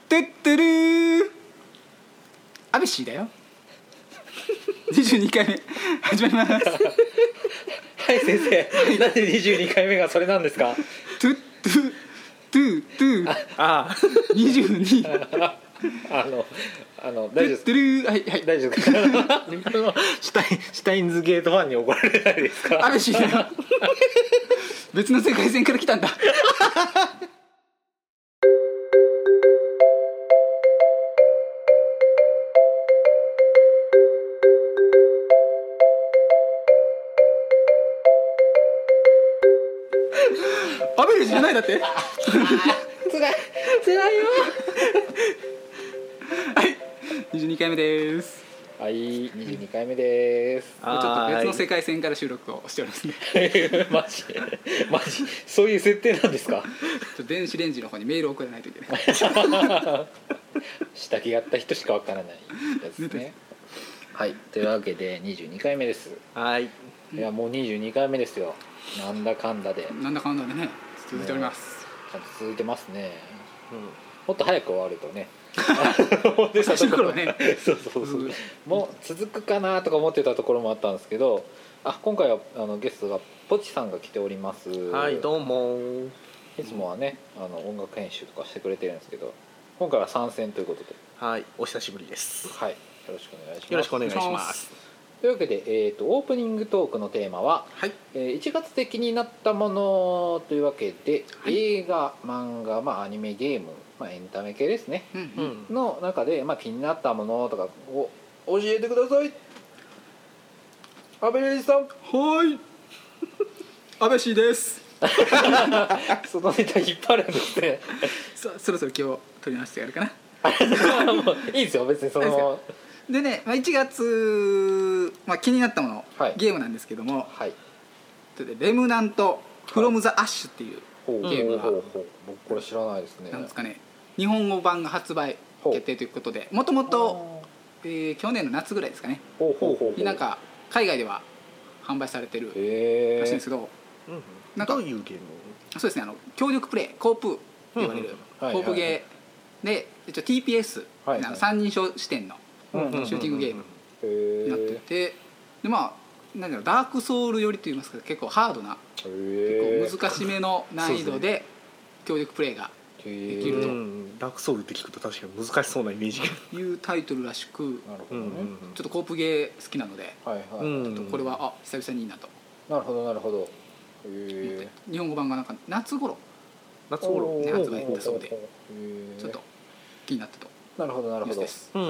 トゥットゥルーアベシーだよ22回目始まりますはい先生、なんで22回目がそれなんですか？ トゥットゥトゥトゥあ 22 大丈夫トゥッですトゥルーはいはい大丈夫ですか？シュタインズゲートファンに怒られないですか？ アベシーだよ別の世界線から来たんだアベレージじゃないだってつらいよはい22回目ですはい、22回目ですちょっと別の世界線から収録をしておりますねマジそういう設定なんですか？ ちょっと電子レンジの方にメールを送らないといけない下着やった人しかわからないやつですね。はい、というわけで22回目です。 はいいやもう22回目ですよ。なんだかんだでなんだかんだでね続いておりますちゃんと続いてますね。もっと早く終わるとね最初の頃はねそうもう続くかなとか思ってたところもあったんですけど、今回はゲストがポチさんが来ております。 はいどうも。 いつもはね音楽編集とかしてくれてるんですけど、今回は参戦ということで、 はいお久しぶりです。 はい、よろしくお願いします。 よろしくお願いします。 というわけで、オープニングトークのテーマは、 はい 1月で気になったものというわけで、 はい映画漫画、アニメゲーム、エンタメ系ですね、 うんうんの中で、気になったものとかを教えてください。阿部レイジさんはいアベシーですそのネタ引っ張るんですねそろそろ今日取り直してやるかなもういいですよ別にそのでね、1月、気になったもの、 はいゲームなんですけどもはいレムナントフロムザアッシュっていうゲームがほう僕これ知らないですね。 なんですかね、日本語版が発売決定ということで、もともと去年の夏ぐらいですかねほうになんか海外では販売されてるへらしいんですけど、なんかどういうゲーム？ そうですね、協力プレイコープって言われるコープゲーで一応 TPS、三人称視点のシューティングゲームになってて、でなんだろう、ダークソウル寄りといいますか結構ハードな結構難しめの難易度で協力プレイができるとダークソウルって聞くと確かに難しそうなイメージがいうタイトルらしく、 なるほどね、 ちょっとコープゲー好きなので、 はいちょっとこれは久々にいいなと。 なるほど日本語版がなんか夏頃夏頃ね発売だそうでちょっと気になったと。 なるほどニュースですなる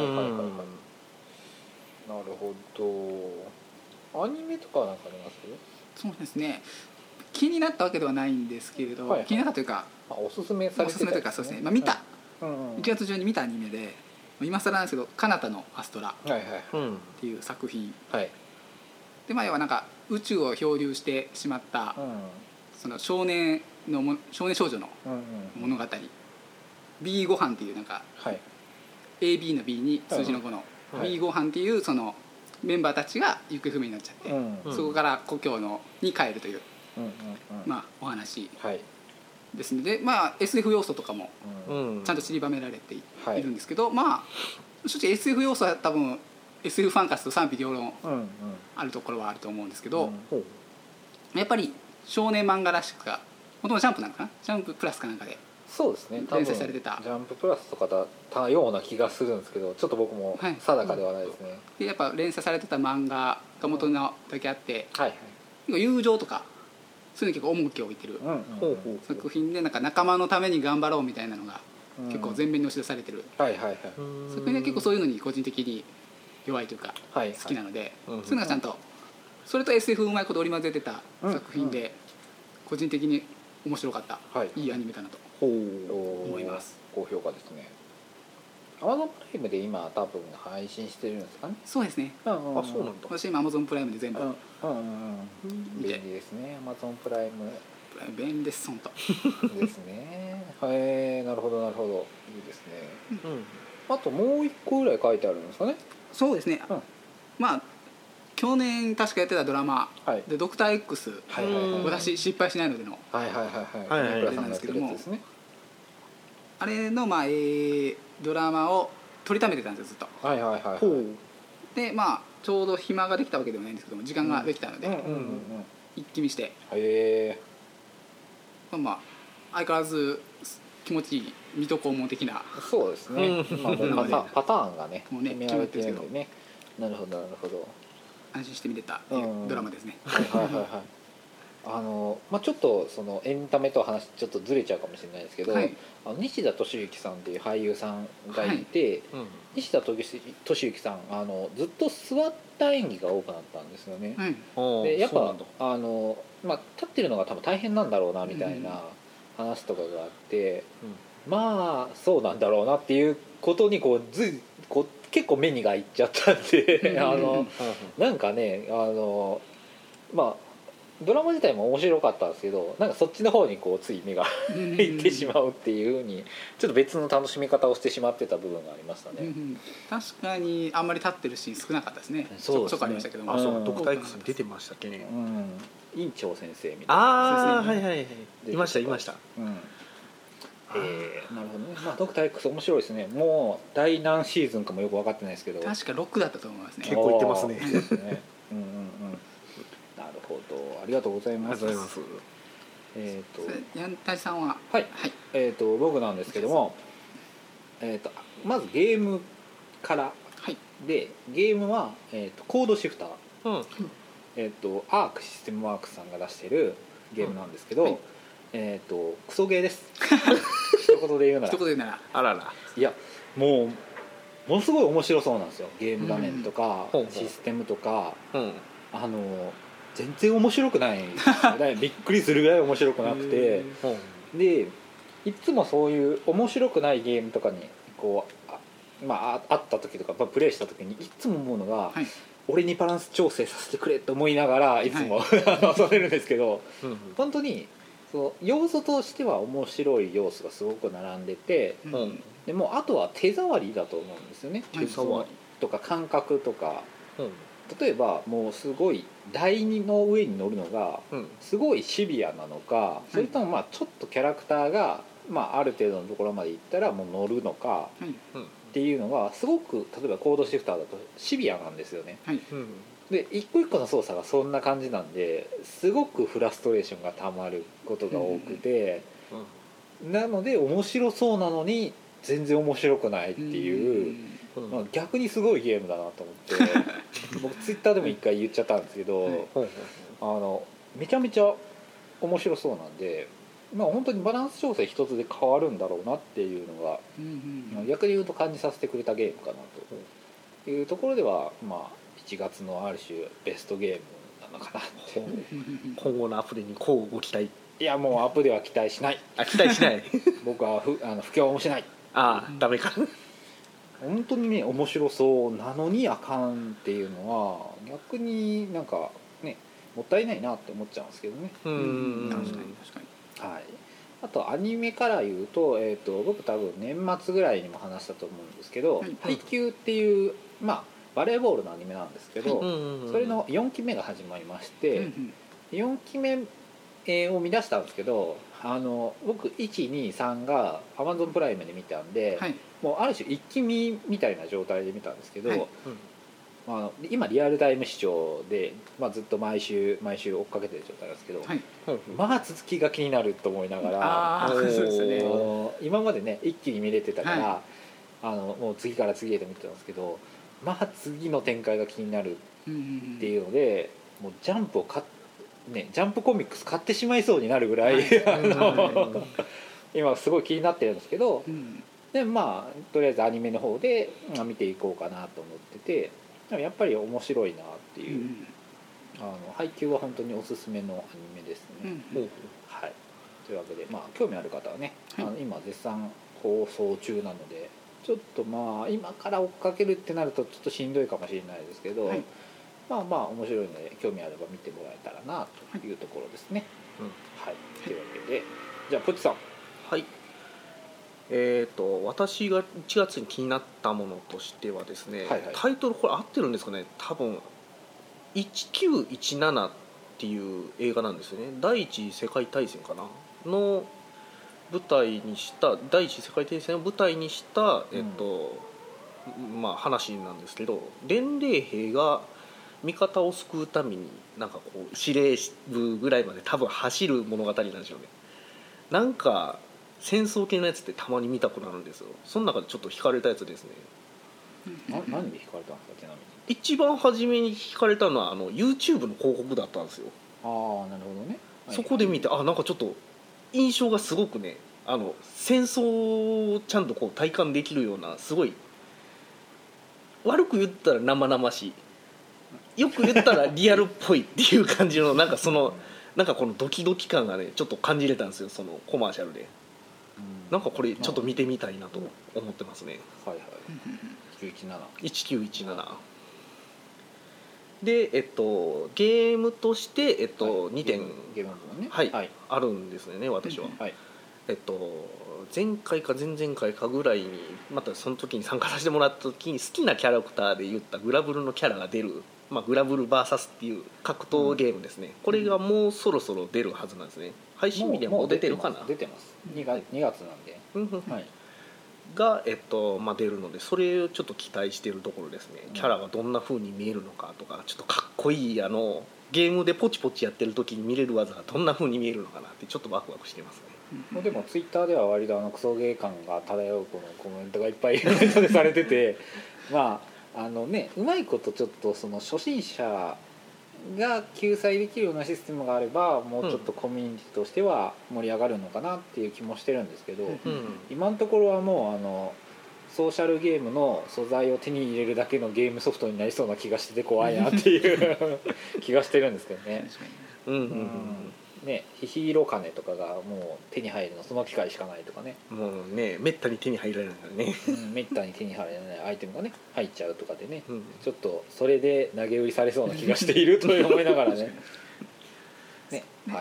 ほど。アニメとかなんかあります？ そうですね、気になったわけではないんですけれど、気になったというかおすすめされてたおすすめというかそうですね、見た、 1 1月中に見たアニメで今更なんですけど「彼方のアストラ」 はいっていう作品はいで、要はなんか宇宙を漂流してしまったその少年少女の物語、B ごはんっていうなんか AB の B に数字の5の B ごはんっていうそのメンバーたちが行方不明になっちゃって、そこから故郷に帰るというお話ですので、SF 要素とかもちゃんと散りばめられているんですけど、正直 SF 要素は多分 SF ファンからすると賛否両論あるところはあると思うんですけど、やっぱり少年漫画らしくか、もともとジャンプなのかな、ジャンププラスかなんかでそうですね、 連載されてたジャンププラスとかだったような気がするんですけど、ちょっと僕も定かではないですね。 でやっぱ連載されてた漫画が元のだけあって、 はい友情とかそういうの結構重きを置いてる作品で、なんか仲間のために頑張ろうみたいなのが結構前面に押し出されてる作品で、結構そういうのに個人的に弱いというか好きなので、そういうのがちゃんとそれと SF うまいこと織り交ぜてた作品で個人的に面白かった、いいアニメだなと思います。 高評価ですね。Amazon プライムで今多分配信してるんですかね。 そうですね、 そうなんだ。 私今 Amazon プライムで全部便利ですね。 Amazon プライム便利です本当ですね。なるほどいいですね。あともう一個ぐらい書いてあるんですかね。 そうですね、去年確かやってたドラマでドクター X、私失敗しないのでのはいはいはいはい。村さんがやってるやつですね。 あれのドラマを撮りためてたんですよずっと。 はいはいはい。 でちょうど暇ができたわけではないんですけども時間ができたので、一気見して、相変わらず気持ちいい水戸黄門的な。 そうですね、パターンがねもうね決められてるんでね。なるほどなるほど。 安心して見れたドラマですね。 はいはいはいはい。ちょっとそのエンタメと話ちょっとずれちゃうかもしれないですけど、西田敏行さんっていう俳優さんがいて、西田敏行さんずっと座った演技が多くなったんですよね。でやっぱ立ってるのが多分大変なんだろうなみたいな話とかがあって、そうなんだろうなっていうことに結構目にがいっちゃったんでなんかねドラマ自体も面白かったんですけど、なんかそっちの方につい目がいってしまうっていう風にちょっと別の楽しみ方をしてしまってた部分がありましたね。 確かにあんまり立ってるシーン少なかったですね。 そうですね。 ちょこちょこありましたけども、 ドクター X に出てましたっけね。 院長先生みたいな。 はいはいはい、いましたいました。 なるほどね。ドクター X 面白いですね。もう第何シーズンかもよく分かってないですけど、 確か6だったと思いますね。 結構いってますね。 なるほど、ありがとうございます。 ありがとうございます。ヤンタイさんは、 僕なんですけども、まずゲームからで、ゲームはコードシフター、アークシステムワークさんが出しているゲームなんですけど、クソゲーです。一言で言うなら。 あらら。 いやものすごい面白そうなんですよ。ゲーム画面とかシステムとか、全然面白くないびっくりするぐらい面白くなくて、でいつもそういう面白くないゲームとかにあった時とかプレイした時にいつも思うのが、俺にバランス調整させてくれと思いながらいつも遊べるんですけど、本当に要素としては面白い要素がすごく並んでて、でもあとは手触りだと思うんですよね。手触りとか感覚とか、例えばもうすごい台の上に乗るのがすごいシビアなのか、それともちょっとキャラクターがある程度のところまでいったらもう乗るのかっていうのがすごく、例えばコードシフターだとシビアなんですよね。で一個一個の操作がそんな感じなんですごくフラストレーションがたまることが多くて、なので面白そうなのに全然面白くないっていう、逆にすごいゲームだなと思って僕ツイッターでも一回言っちゃったんですけど、めちゃめちゃ面白そうなんで、本当にバランス調整一つで変わるんだろうなっていうのが、逆に言うと感じさせてくれたゲームかなというところでは7月のある種ベストゲームなのかなって今後のアプリにこうご期待。 いやもうアップでは期待しない。 期待しない。 僕は不況もしない。 ダメか。 本当にね面白そうなのにあかんっていうのは逆になんかねもったいないなって思っちゃうんですけどね。 確かに確かに。 はい。あとアニメから言うと、僕多分年末ぐらいにも話したと思うんですけど、配給っていうバレーボールのアニメなんですけど、それの4期目が始まりまして、4期目を見出したんですけど、僕123が Amazon プライムで見たんで、もうある種一気見みたいな状態で見たんですけど、今リアルタイム視聴で、ずっと毎週追っかけてる状態なんですけど、続きが気になると思いながら、今までね一気に見れてたから、もう次から次へと見てたんですけど、次の展開が気になるっていうので、もうジャンプコミックス買ってしまいそうになるぐらい今すごい気になってるんですけど、でとりあえずアニメの方で見ていこうかなと思ってて、やっぱり面白いなっていう、配給は本当におすすめのアニメですね。はい、というわけで興味ある方はね、今絶賛放送中なので、ちょっと今から追っかけるってなるとちょっとしんどいかもしれないですけど、面白いので興味あれば見てもらえたらなというところですね。はい、というわけでじゃあポチさん。 はい。私が1月に気になったものとしてはですね、タイトルこれ合ってるんですかね。多分1917っていう映画なんですよね。第一次世界大戦かなの、 舞台にした第一次世界大戦を舞台にした、まあ、話なんですけど、伝令兵が味方を救うためになんかこう司令部ぐらいまで多分走る物語なんでしょうね。なんか戦争系のやつってたまに見たくなるんですよ。その中でちょっと惹かれたやつですね。 何で惹かれたんですか、ちなみに。 一番初めに惹かれたのはYouTube の広告だったんですよ。 ああ、なるほどね。 そこで見て、なんかちょっと印象がすごくね、戦争をちゃんとこう体感できるような、すごい悪く言ったら生々しい、よく言ったらリアルっぽいっていう感じのなんかなんかこのドキドキ感がねちょっと感じれたんですよ、そのコマーシャルで。なんかこれちょっと見てみたいなと思ってますね。 はいはい。 1917で、ゲームとして、2点ゲームのね、 はいあるんですね、私は。 はい。 前回か前々回かぐらいにまたその時に参加させてもらった時に好きなキャラクターで言ったグラブルのキャラが出る、まあ、グラブル VS っていう格闘ゲームですね。これがもうそろそろ出るはずなんですね。配信日でもう出てるかな。 出てます。2月なんで、 はい、が、まあ、出るので、それをちょっと期待しているところですね。キャラがどんな風に見えるのかとか、ちょっとかっこいいゲームでポチポチやってる時に見れる技がどんな風に見えるのかなってちょっとワクワクしてますね。 でもツイッターでは割とクソゲー感が漂うこのコメントがいっぱいされててまあうまいことちょっとその初心者が救済できるようなシステムがあればもうちょっとコミュニティとしては盛り上がるのかなっていう気もしてるんですけど、今のところはもうソーシャルゲームの素材を手に入れるだけのゲームソフトになりそうな気がしてて怖いなっていう気がしてるんですけどね。ね、ヒーロー金とかがもう手に入るのその機会しかないとかね、 もうねめったに手に入られないからねめったに手に入らないアイテムがね入っちゃうとかでね、ちょっとそれで投げ売りされそうな気がしていると思いながらねね、はい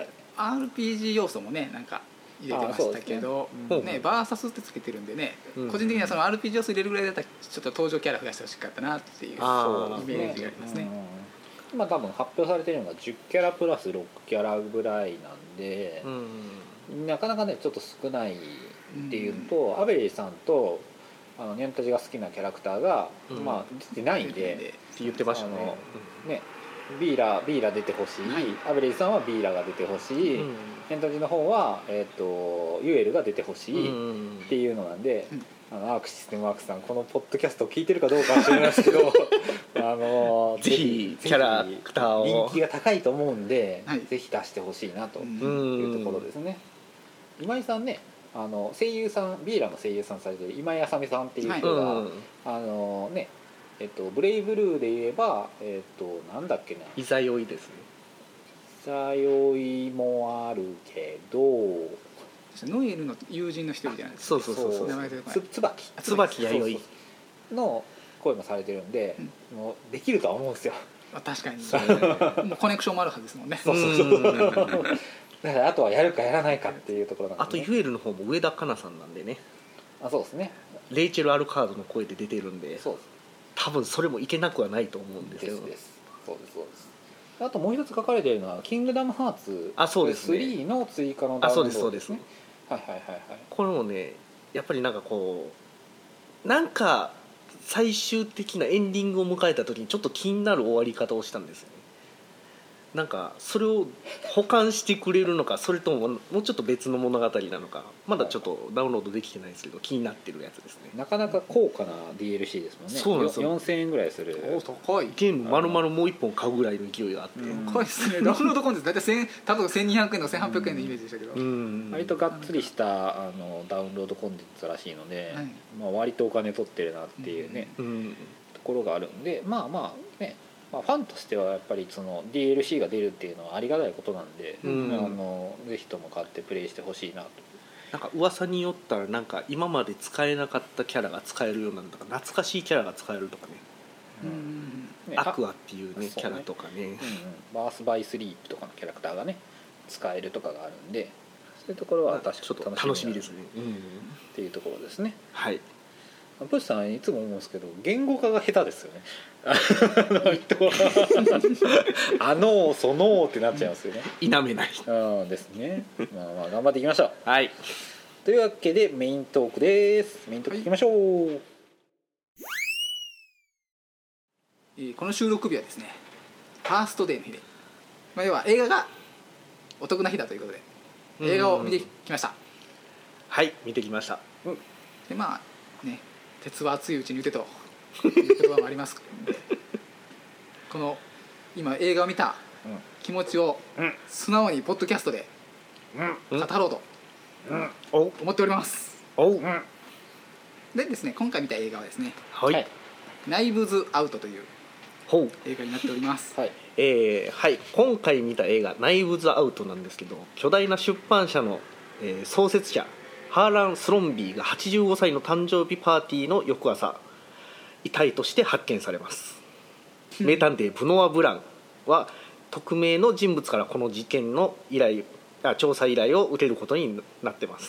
、RPG 要素もねなんか入れてましたけど、ねバーサスってつけてるんでね、個人的にはその RPG 要素入れるぐらいだったらちょっと登場キャラ増やしてほしかったなっていうイメージがありますね。 今多分発表されてるのが10キャラプラス6キャラぐらいなんで、なかなかねちょっと少ないっていうのと、アベレージさんとニャンタジが好きなキャラクターが、まあ出てないんでって言ってましたね。 ビーラ出てほしい、アベレージさんはビーラが出てほしい、ニャンタジの方は、ユエルが出てほしいっていうのなんで、アークシステムワークさんこのポッドキャストを聞いてるかどうかは知らないですけどぜひキャラクターを人気が高いと思うんで、ぜひ出してほしいなというところですね。今井さんね声優さんビーラの声優さんされてる今井あさみさんっていう人が、ブレイブルーで言えばなんだっけな、 イザヨイですね。 イザヨイもあるけどノエルの友人の一人じゃないですか。そう名前で椿弥生の声もされてるんで、もうできるとは思うんですよ。 確かにもうコネクションもあるはずですもんね。 だからあとはやるかやらないかっていうところなんで、 あとユエルの方も上田香奈さんなんでね。 そうですね。 レイチェル・アルカードの声で出てるんで、多分それもいけなくはないと思うんですけど。 そうです。あともう一つ書かれているのはキングダムハーツ3の追加のダウンロードですね。これもねやっぱりなんかこうなんか最終的なエンディングを迎えた時にちょっと気になる終わり方をしたんですよね。なんかそれを保管してくれるのか、それとももうちょっと別の物語なのか、まだちょっとダウンロードできてないですけど気になってるやつですね。 なかなか高価な DLC ですもんね。そうなんですよ。4000円ぐらいする高いゲーム丸々もう1本買うぐらいの勢いがあって、 高いですね。ダウンロードコンテンツ大体多分1200円の1800円のイメージでしたけど、 割とがっつりしたダウンロードコンテンツらしいので、割とお金取ってるなっていうね、ところがあるんで、まあね、ファンとしてはやっぱりその DLC が出るっていうのはありがたいことなんで、ぜひとも買ってプレイしてほしいなと。 なんか噂によったらなんか今まで使えなかったキャラが使えるようになるとか、懐かしいキャラが使えるとかね、アクアっていうねキャラとかね、 バースバイスリープとかのキャラクターがね使えるとかがあるんで、そういうところは確かに楽しみですねっていうところですね。 はい。 プシさんいつも思うんですけど言語化が下手ですよね。そのってなっちゃいますよね。 否めないですね。まあ頑張っていきましょう。 はい。 というわけでメイントークです。メイントークいきましょう。はい、 この収録日はですねファーストデーの日で、要は映画がお得な日だということで映画を見てきました。 はい見てきました。 でまあね鉄は熱いうちに打てという言葉もありますこの今映画を見た気持ちを素直にポッドキャストで語ろうと思っております。でですね今回見た映画はですね、 はい、 ナイブズアウトという映画になっております。 はい、はい、今回見た映画ナイブズアウトなんですけど、巨大な出版社の、創設者ハーラン・スロンビーが85歳の誕生日パーティーの翌朝遺体として発見されます。名探偵ブノア・ブランは匿名の人物からこの事件の調査依頼を受けることになってます。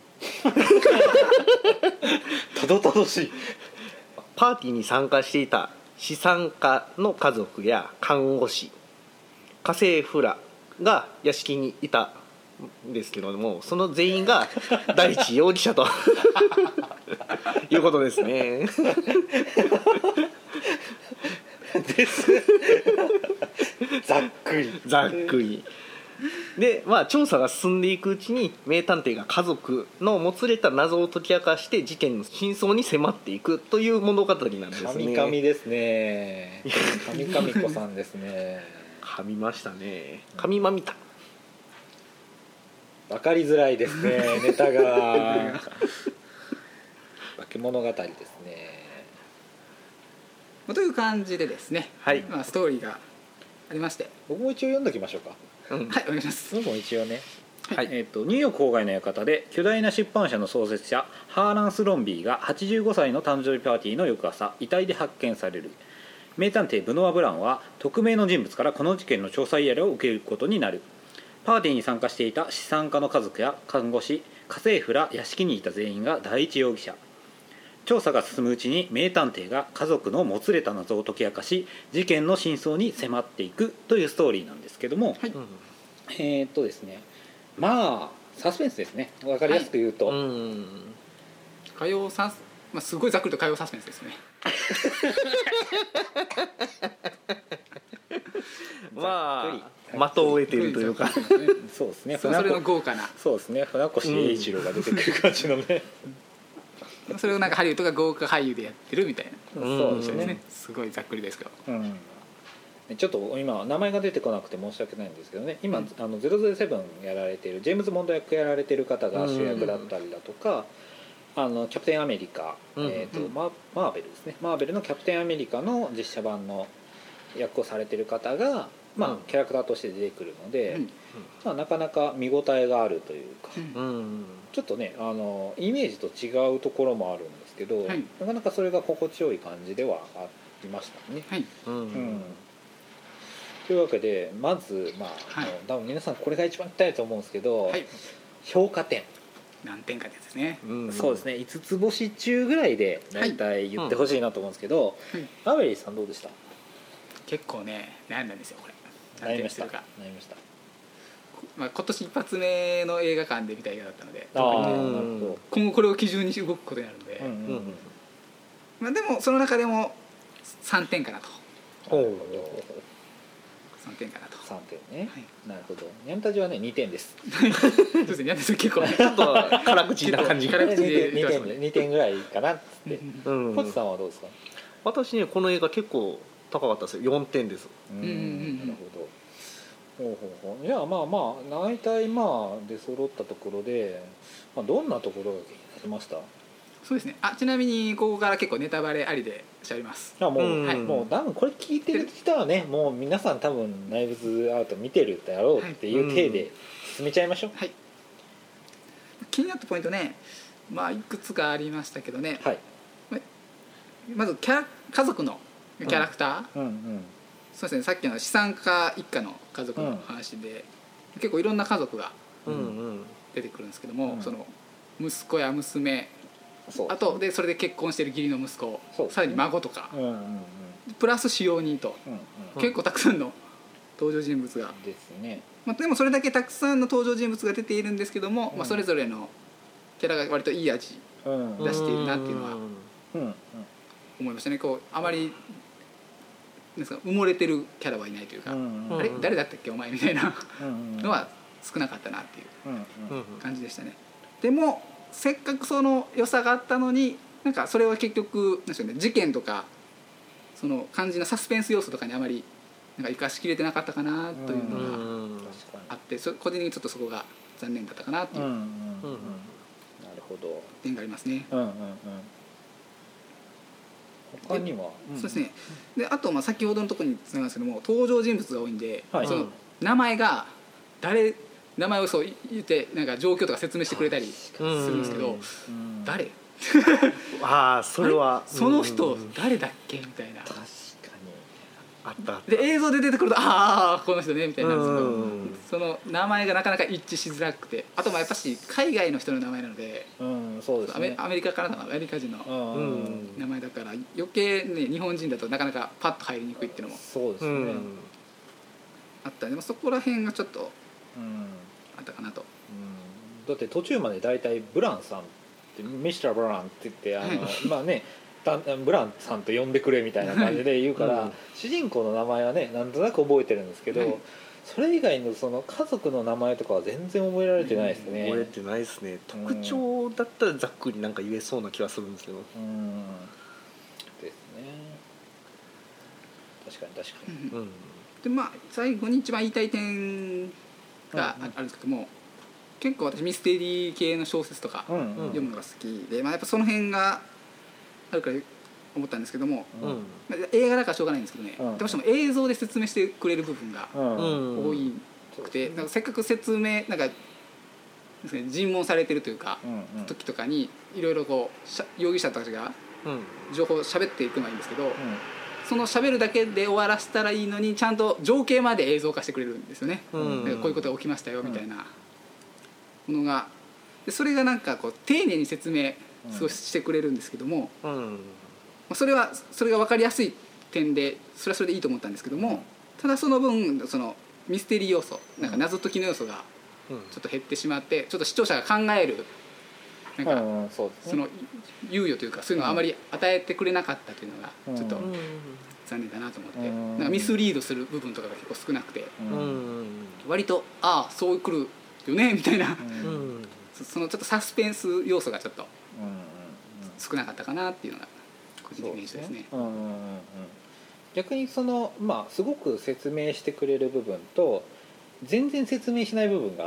たどたどしい。 パーティーに参加していた資産家の家族や看護師、家政婦らが屋敷にいたんですけども、その全員が第一容疑者ということですね。 ですざっくりで、調査が進んでいくうちに名探偵が家族のもつれた謎を解き明かして事件の真相に迫っていくという物語なんですね。 神々ですね。神々子さんですね。 噛みましたね。噛みまみた。 分かりづらいですねネタが。化け物語ですね。 という感じでですね、 はい、 ストーリーがありまして、 僕も一応読んどきましょうか。 はい、お願いします。 僕も一応ね、 はい、 ニューヨーク郊外の館で巨大な出版社の創設者ハーラン・スロンビーが85歳の誕生日パーティーの翌朝遺体で発見される。名探偵ブノア・ブランは匿名の人物からこの事件の調査依頼を受けることになる。パーティーに参加していた資産家の家族や看護師、家政婦ら屋敷にいた全員が第一容疑者。調査が進むうちに名探偵が家族のもつれた謎を解き明かし事件の真相に迫っていくというストーリーなんですけども、はい、ですね、サスペンスですね。分かりやすく言うと、 火曜すごいざっくりと火曜サスペンスですね。 的を得ているというかそうですね。 それの豪華な、 そうですね、船越英一郎が出てくる感じのね。 それをハリウッドが豪華俳優でやってるみたいな。 そうですね。 すごいざっくりですけど、 ちょっと今名前が出てこなくて申し訳ないんですけどね、今007やられているジェームズ・モンド役やられている方が主役だったりだとか、キャプテンアメリカ、マーベルですね、マーベルのキャプテンアメリカの実写版の役をされている方が、キャラクターとして出てくるので、なかなか見応えがあるというか、ちょっとねイメージと違うところもあるんですけど、なかなかそれが心地よい感じではありましたね。というわけでまず多分皆さんこれが一番聞きたいと思うんですけど、評価点何点かですね。 そうですね、5つ星中ぐらいで大体言ってほしいなと思うんですけど、アベリーさんどうでした？ 結構ね悩んだんですよこれ。 悩みました。 今年一発目の映画館で見た映画だったので、 今後これを基準に動くことになるので、でもその中でも3点かなと。3点かなと。 3点ね、なるほど。ニャンタジはね2点です。 そうですね、ニャンタジ結構ちょっと辛口な感じ。 2点ぐらいかなっつって。ポチさんはどうですか？ 私ねこの映画結構高かったですよ。4点です。 なるほど。じゃあ大体出揃ったところで、どんなところが気になりました？ そうですね。ちなみにここから結構ネタバレありで喋ります。 もう多分これ聞いてる人はね、もう皆さん多分ナイブズアウト見てるだろうっていう体で進めちゃいましょう。 はい。気になったポイントね、いくつかありましたけどね。まず家族のキャラクター。そうですね、さっきの資産家一家の家族の話で、結構いろんな家族が出てくるんですけども、その息子や娘、あとでそれで結婚している義理の息子、さらに孫とか、プラス使用人と、結構たくさんの登場人物がですね。 でもそれだけたくさんの登場人物が出ているんですけども、それぞれのキャラが割といい味出しているなっていうのは思いましたね。こうあまりなんか埋もれてるキャラはいないというか、あれ誰だったっけお前みたいなのは少なかったなっていう感じでしたね。でもせっかくその良さがあったのになんかそれは結局なんでしょうね、事件とかその肝心なサスペンス要素とかにあまりなんか生かしきれてなかったかなというのがあって、個人的にちょっとそこが残念だったかなっていう点がありますね。 他には、 そうですね。であとまあ先ほどのところにつながるんですけども、登場人物が多いんで、その名前が名前をそう言ってなんか状況とか説明してくれたりするんですけど、誰ああそれはその人誰だっけみたいな、 確かにあったで映像で出てくるとああこの人ねみたいなんですけど、その名前がなかなか一致しづらくて、あとまあやっぱし海外の人の名前なので、 そうですね、 アメリカからのアメリカ人の名前だから余計ね日本人だとなかなかパッと入りにくいっていうのもそうですね、 あったんで、そこら辺がちょっとあったかなと。 だって途中までだいたいブランさんってミスター・ブランって言ってまあねブランさんと呼んでくれみたいな感じで言うから、主人公の名前はねなんとなく覚えてるんですけど、それ以外のその家族の名前とかは全然覚えられてないですね。 覚えてないですね。特徴だったらざっくりなんか言えそうな気がするんですけど。 ですね。確かに。 でまあ最後に一番言いたい点があるんですけども、結構私ミステリー系の小説とか読むのが好きで、まあやっぱその辺があるから思ったんですけども、映画だからしょうがないんですけどね、どうしても映像で説明してくれる部分が多くて、なんかせっかく説明なんか尋問されてるというか時とかにいろいろこう容疑者たちが情報を喋っていくのはいいんですけど、その喋るだけで終わらせたらいいのにちゃんと情景まで映像化してくれるんですよね。こういうことが起きましたよみたいなものが、でそれがなんかこう丁寧に説明少ししてくれるんですけども、それが分かりやすい点でそれはそれでいいと思ったんですけども、ただその分そのミステリー要素なんか謎解きの要素がちょっと減ってしまって、ちょっと視聴者が考えるなんかその猶予というかそういうのをあまり与えてくれなかったというのがちょっと残念だなと思って、なんかミスリードする部分とかが結構少なくて、割とああそう来るよねみたいな、そのちょっとサスペンス要素がちょっと少なかったかなっていうのが個人的な印象ですね。 逆にそのまあすごく説明してくれる部分と全然説明しない部分があって、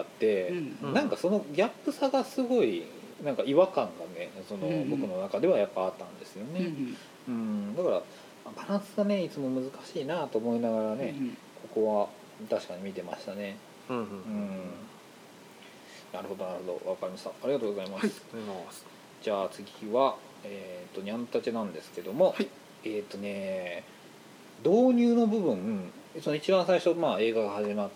なんかそのギャップ差がすごいなんか違和感がね、その僕の中ではやっぱあったんですよね。だからバランスがねいつも難しいなと思いながらね、ここは確かに見てましたね。なるほどなるほど、分かりました。ありがとうございます。じゃあ次はにゃんたちなんですけども、導入の部分、その一番最初、まあ、映画が始まって、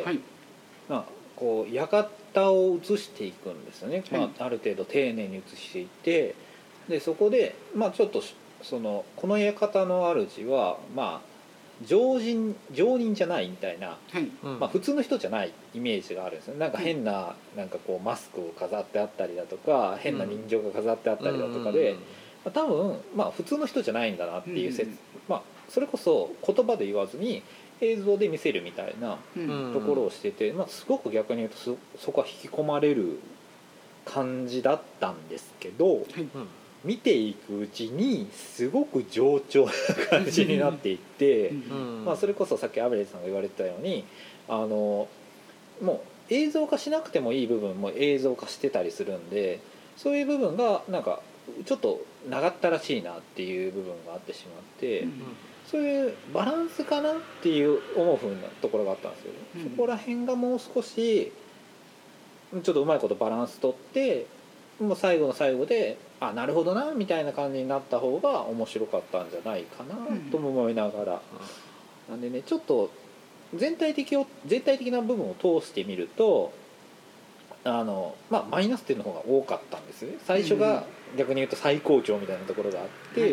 まあ、こう館を映していくんですよね、まあ、ある程度丁寧に映していって、でそこで、まあ、ちょっとこの館の主は、まあ、常人じゃないみたいな、まあ、普通の人じゃないイメージがあるんですよ。なんか変な、なんかこうマスクを飾ってあったりだとか変な人形が飾ってあったりだとかで、多分、まあ、普通の人じゃないんだなっていうまあ、それこそ言葉で言わずに映像で見せるみたいなところをしてて、まあ、すごく逆に言うとそこは引き込まれる感じだったんですけど、見ていくうちにすごく冗長な感じになっていってまあそれこそさっきアベレージさんが言われてたようにもう映像化しなくてもいい部分も映像化してたりするんで、そういう部分がなんかちょっと長ったらしいなっていう部分があってしまって、そういうバランスかなっていう思うふうなところがあったんですよね。そこら辺がもう少しちょっとうまいことバランス取ってもう最後の最後でなるほどなみたいな感じになった方が面白かったんじゃないかなとも思いながら、なんでねちょっと全体的な部分を通してみるとまあ、マイナス点の方が多かったんですね。最初が逆に言うと最高潮みたいなところがあって、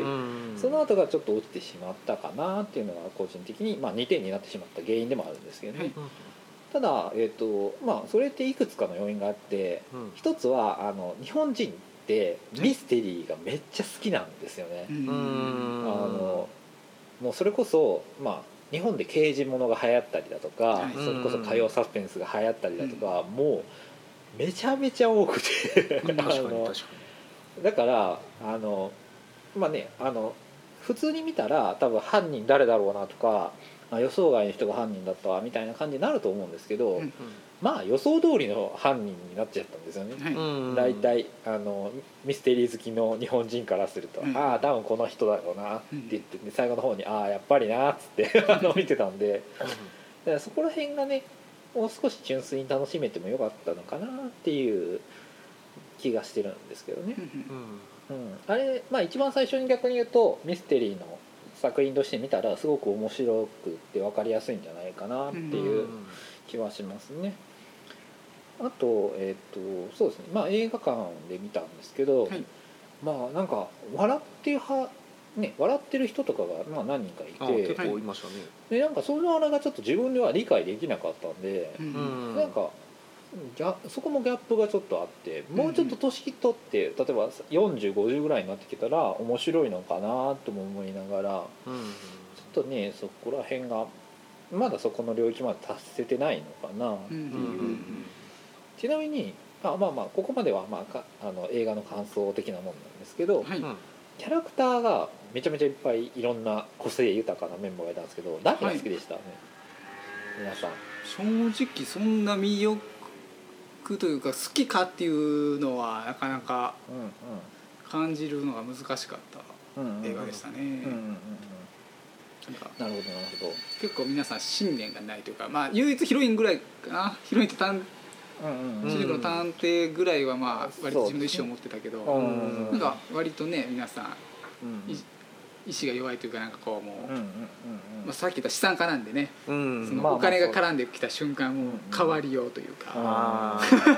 その後がちょっと落ちてしまったかなっていうのが個人的に、まあ、2点になってしまった原因でもあるんですけどね。 ただ、それっていくつかの要因があって、一つは日本人ってミステリーがめっちゃ好きなんですよね。もうそれこそ、日本で刑事ものが流行ったりだとか、それこそ火曜サスペンスが流行ったりだとか、もうめちゃめちゃ多くてだから普通に見たら多分犯人誰だろうなとか、予想外の人が犯人だったわみたいな感じになると思うんですけど、予想通りの犯人になっちゃったんですよね。大体ミステリー好きの日本人からすると、ああ多分この人だろうなって言って、最後の方にああやっぱりなっつって見てたんで、だからそこら辺がねもう少し純粋に楽しめてもよかったのかなっていう気がしてるんですけどね。あれ一番最初に逆に言うとミステリーの作品として見たらすごく面白くて分かりやすいんじゃないかなっていう気はしますね。あと、そうですね、映画館で見たんですけど、なんか笑ってる人とかが何人かいて、 結構いましたね。 でなんかそのあれがちょっと自分では理解できなかったんで、なんかそこもギャップがちょっとあって、もうちょっと年取って例えば40、50ぐらいになってきたら面白いのかなとも思いながら、ちょっとねそこら辺がまだそこの領域まで達せてないのかなっていう。ちなみにここまでは映画の感想的なもんなんですけど、キャラクターがめちゃめちゃいっぱいいろんな個性豊かなメンバーがいたんですけど、誰が好きでしたね、皆さん。 正直そんな魅力というか好きかっていうのはなかなか感じるのが難しかった映画でしたね。 なるほど。 結構皆さん信念がないというか、唯一ヒロインぐらいかな、ヒロインって主人公の探偵ぐらいは割と自分の意思を持ってたけど、なんか割とね皆さん意志が弱いというか、なんかこうもうさっき言った資産家なんでね、そのお金が絡んできた瞬間もう変わりようというか、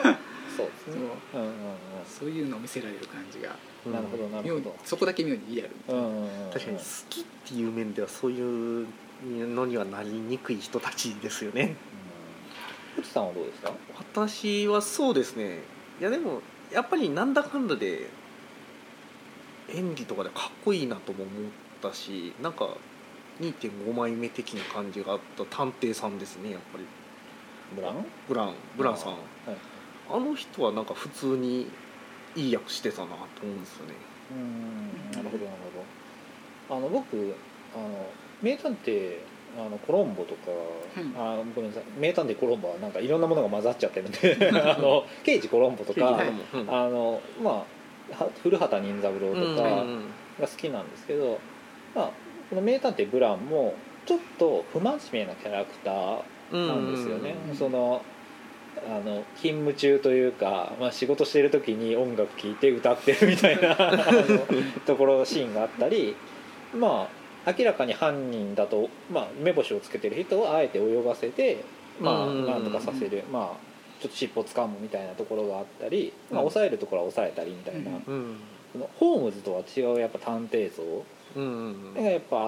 そういうのを見せられる感じが、 なるほどそこだけ妙にリアル。 確かに好きっていう面ではそういうのにはなりにくい人たちですよね。 内さんはどうですか？ 私はそうですね、いやでもやっぱりなんだかんだで演技とかでかっこいいなとも思ったし、なんか 2.5 枚目的な感じがあった探偵さんですね。やっぱりブランさん、あの人はなんか普通にいい役してたなと思うんですよね。 なるほど。僕名探偵コロンボとか、ごめんなさい、名探偵コロンボはなんかいろんなものが混ざっちゃってるんで刑事コロンボとか古畑任三郎とかが好きなんですけど、この名探偵ブランもちょっと不真面目なキャラクターなんですよね。その勤務中というか、仕事してる時に音楽聴いて歌ってるみたいなところシーンがあったり、明らかに犯人だと、目星をつけてる人をあえて泳がせて、なんとかさせる、ちょっと尻尾つかむみたいなところがあったり、抑えるところは抑えたりみたいな、ホームズとは違うやっぱ探偵像がやっぱあって、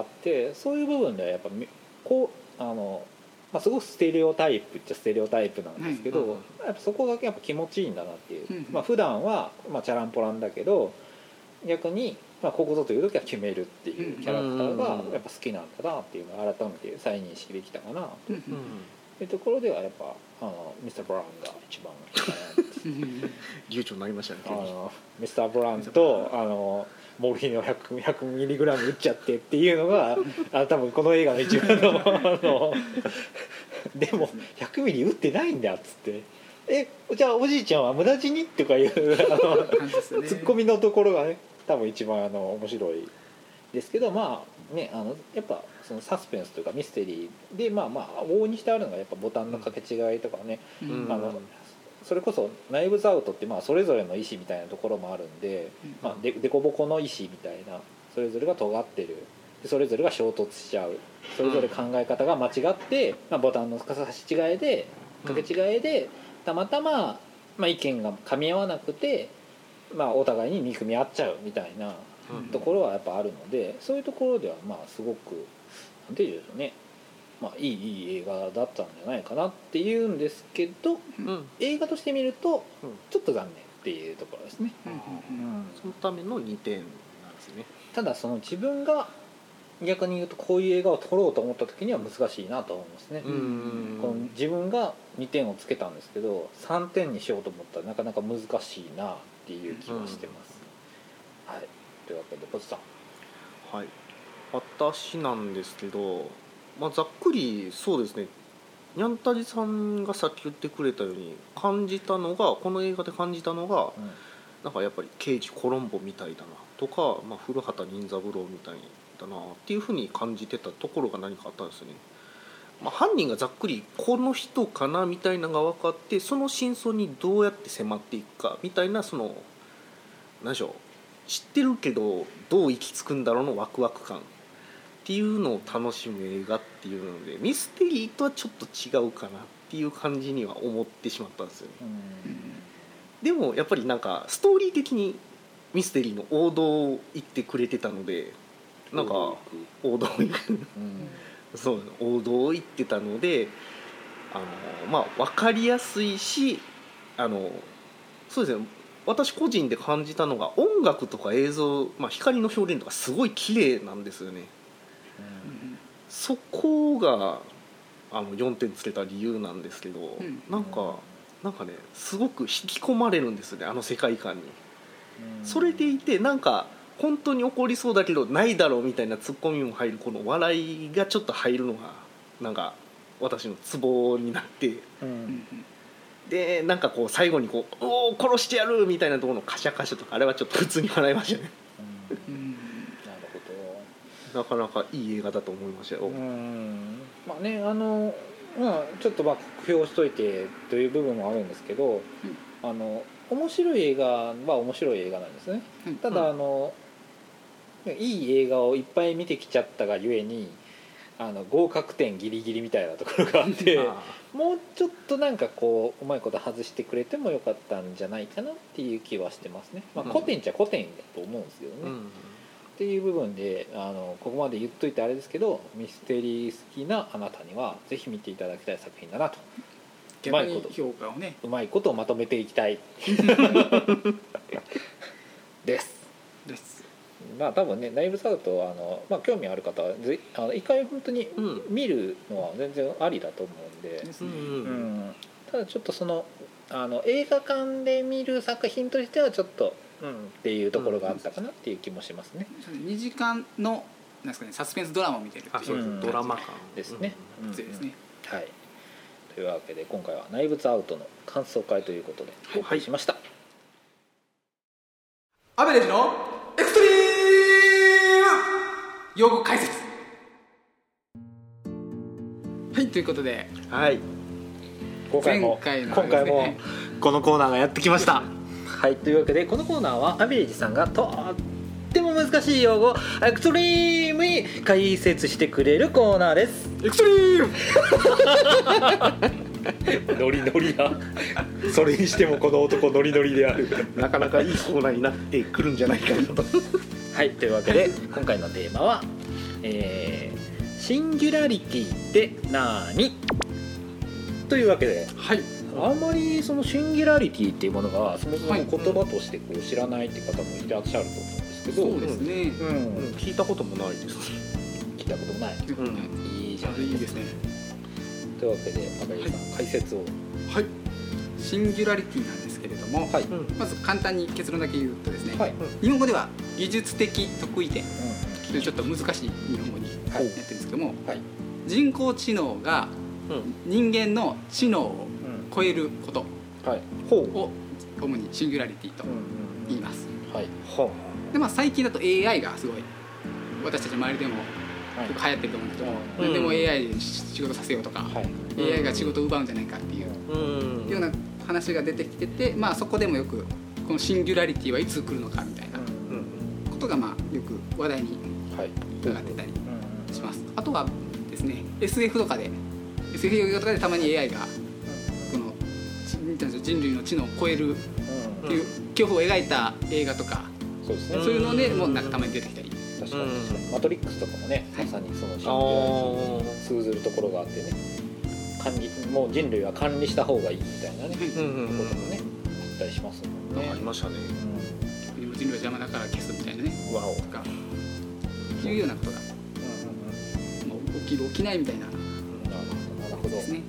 そういう部分ではやっぱこうすごくステレオタイプっちゃステレオタイプなんですけど、やっぱそこがやっぱ気持ちいいんだなっていう、普段はチャランポランだけど逆にここぞという時は決めるっていうキャラクターがやっぱ好きなんだなっていうのを改めて再認識できたかなというところではやっぱミスター・ブラウンが一番流暢になりましたね。 ミスター・ブラウンとモルヒネを100ミリグラム打っちゃってっていうのが多分この映画の一番のでも100ミリ打ってないんだっつってじゃあおじいちゃんは無駄死にとかいうツッコミのところがね多分一番面白いですけど、やっぱそのサスペンスというかミステリーで往々にしてあるのがやっぱボタンの掛け違いとかね、それこそナイブズアウトってそれぞれの意思みたいなところもあるんで、でこぼこの意思みたいなそれぞれが尖ってる、それぞれが衝突しちゃう、それぞれ考え方が間違って、ボタンの差し違いで掛け違いでたまたま、意見が噛み合わなくて、お互いに憎み合っちゃうみたいなところはやっぱあるので、そういうところではすごくなんていうんでしょうね、 いい映画だったんじゃないかなっていうんですけど、映画として見るとちょっと残念っていうところですね。 そのための2点なんですね。 ただその自分が逆に言うとこういう映画を撮ろうと思った時には難しいなと思いますね。この自分が2点をつけたんですけど3点にしようと思ったらなかなか難しいなっていう気はしてます。はい、というわけでポチさん。 はい、私なんですけど、ざっくりそうですね、にゃんたじさんがさっき言ってくれたようにこの映画で感じたのが、なんかやっぱり刑事コロンボみたいだなとか、古畑任三郎みたいだなっていうふうに感じてたところが何かあったんですよね。犯人がざっくりこの人かなみたいなのが分かって、その真相にどうやって迫っていくかみたいな、その何でしょう、知ってるけどどう行き着くんだろうのワクワク感っていうのを楽しむ映画っていうので、ミステリーとはちょっと違うかなっていう感じには思ってしまったんですよね。でもやっぱりなんかストーリー的にミステリーの王道を言ってくれてたので、なんか王道を言くそう王道を言ってたので、分かりやすいし、そうですね、私個人で感じたのが音楽とか映像、光の表現とかすごい綺麗なんですよね。そこが4点つけた理由なんですけど、なんかねすごく引き込まれるんですよね、あの世界観に。それでいてなんか本当に起こりそうだけどないだろうみたいなツッコミも入るこの笑いがちょっと入るのがなんか私のツボになって、でなんかこう最後にこうおー殺してやるみたいなところのカシャカシャとか、あれはちょっと普通に笑いましたね。 なるほど、 なかなかいい映画だと思いましたよ。 ちょっと酷評しといてという部分もあるんですけど、面白い映画は面白い映画なんですね。ただいい映画をいっぱい見てきちゃったがゆえに合格点ギリギリみたいなところがあってもうちょっとなんかこううまいこと外してくれてもよかったんじゃないかなっていう気はしてますね。古典っちゃ古典だと思うんですけどね、っていう部分でここまで言っといてあれですけど、ミステリー好きなあなたにはぜひ見ていただきたい作品だなと。うまいこと評価をね、 うまいことをまとめていきたいです。多分ね、ナイブスアウト興味ある方は一回本当に見るのは全然ありだと思うんで、ただちょっとその映画館で見る作品としてはちょっとっていうところがあったかなっていう気もしますね。 2時間のなんですかね、サスペンスドラマを見てるっていうドラマ感ですね。 ですね。 はい。というわけで今回は内物アウトの感想会ということでお送りしました。 アベレージのエクストリーム用語解説。はい、ということで、 今回もこのコーナーがやってきました。はい、というわけでこのコーナーはアベレージさんがとっても難しい用語をエクストリームに解説してくれるコーナーです。 エクストリームノリノリなそれにしてもこの男ノリノリであるなかなかいいコーナーになってくるんじゃないかなとはい、というわけで今回のテーマは、シンギュラリティってなーにというわけで、あんまりそのシンギュラリティっていうものがそもそも言葉としてこう知らないっていう方もいらっしゃると思うんですけど、 そうですね、 聞いたこともないです。 聞いたこともない、いいじゃないですね。というわけで赤井さん、解説を。 はい、シンギュラリティなんですけれども、まず簡単に結論だけ言うとですね、日本語では技術的得意点というちょっと難しい日本語になってるんですけども、人工知能が人間の知能を超えることを主にシンギュラリティと言います。で、最近だと AI がすごい私たち周りでも結構流行ってると思うんですけども、でも AI で仕事させようとか、AI が仕事を奪うんじゃないかっていうような話が出てきてて、そこでもよくこのシンギュラリティはいつ来るのかみたいなことがよく話題に上がってたりします。あとはですね、SF とかでたまに AI がこの人類の知能を超えるっていう恐怖を描いた映画とか、そういうのでもなんかたまに出てきたり確かにマトリックスとかもね、まさにそのシングルライフに通ずるところがあってね、もう人類は管理した方がいいみたいなね、こともねあったりしますもんね。 ありましたね。 人類は邪魔だから消すみたいなね、とかいうようなことが起きる起きないみたいなですね。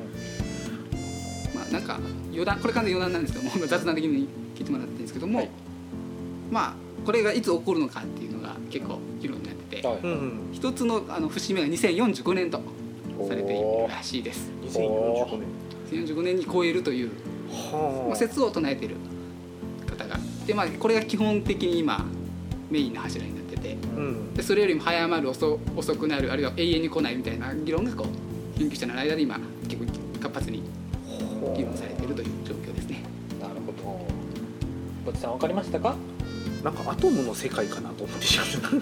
まあなんか余談、これ完全に余談なんですけども、雑談的に聞いてもらってるんですけども、まあこれがいつ起こるのかっていうのが結構議論になってて、一つの節目が2045年とされているらしいです。2045年に超えるという説を唱えている方がで、まあ、これが基本的に今メインの柱になってて、でそれよりも早まる遅くなる、あるいは永遠に来ないみたいな議論がこう研究者の間で今結構活発に議論されているという状況ですね。 なるほど。ぼちさん分かりましたか？ なんかアトムの世界かなと思ってしまった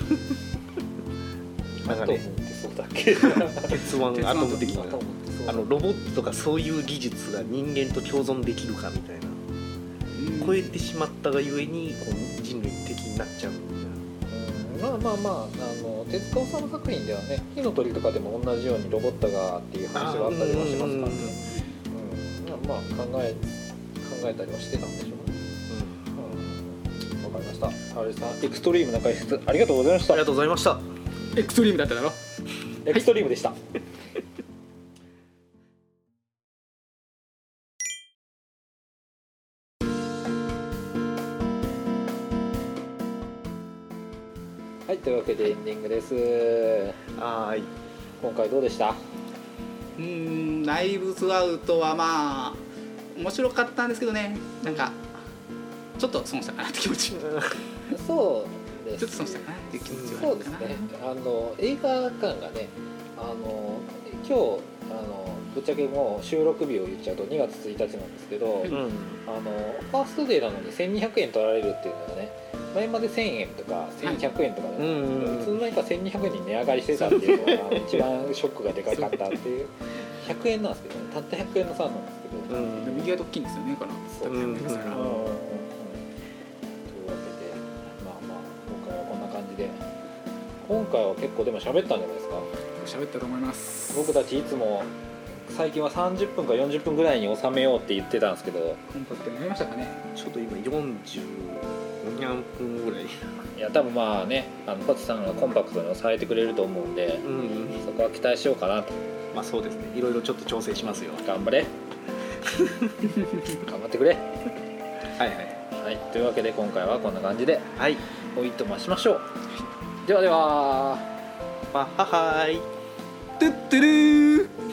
なんかね、 そうだっけ鉄腕アトム的なロボットがそういう技術が人間と共存できるかみたいな、超えてしまったがゆえにこう人類的になっちゃうみたいな。 まあ手塚治虫作品ではね、火の鳥とかでも同じようにロボットがっていう話があったりはしますからね。まあ考えたりはしてたんでしょうね。わかりました。ハルさん、エクストリームな解説ありがとうございました。 ありがとうございました。 エクストリームだっただろ。 エクストリームでした。はい、というわけでエンディングです。 はい。 今回どうでした？ ナイブズアウトはまあ面白かったんですけどね、なんかちょっと損したかなって気持ち。 そうです。 ちょっと損したかなっていう気持ちはあそるかな。 うですね。映画館がね、今日ぶっちゃけもう収録日を言っちゃうと2月1日なんですけど、ファーストデーなのに1200円取られるっていうのがね、前まで1000円とか1100円とかだったんですけど、いつの間にか1200円に値上がりしてたっていうのが一番ショックがでかかったっていう100円なんですけどね、たった100円の差なんですけど、 でも意外と大きいんですよね、この100円ですから。というわけで、 まあ今回はこんな感じで、今回は結構でも喋ったんじゃないですか。 喋ったと思います。 僕たちいつも最近は30分か40分ぐらいに収めようって言ってたんですけど、 コンパクトになりましたかね。 ちょっと今40何分ぐらい。 いや多分まあね、パチさんがコンパクトに抑えてくれると思うんで、そこは期待しようかなと。 まあそうですね、いろいろちょっと調整しますよ。 頑張れ頑張ってくれ。 はい、 というわけで今回はこんな感じでおいとましましょう。でははーい。 トゥットゥルー。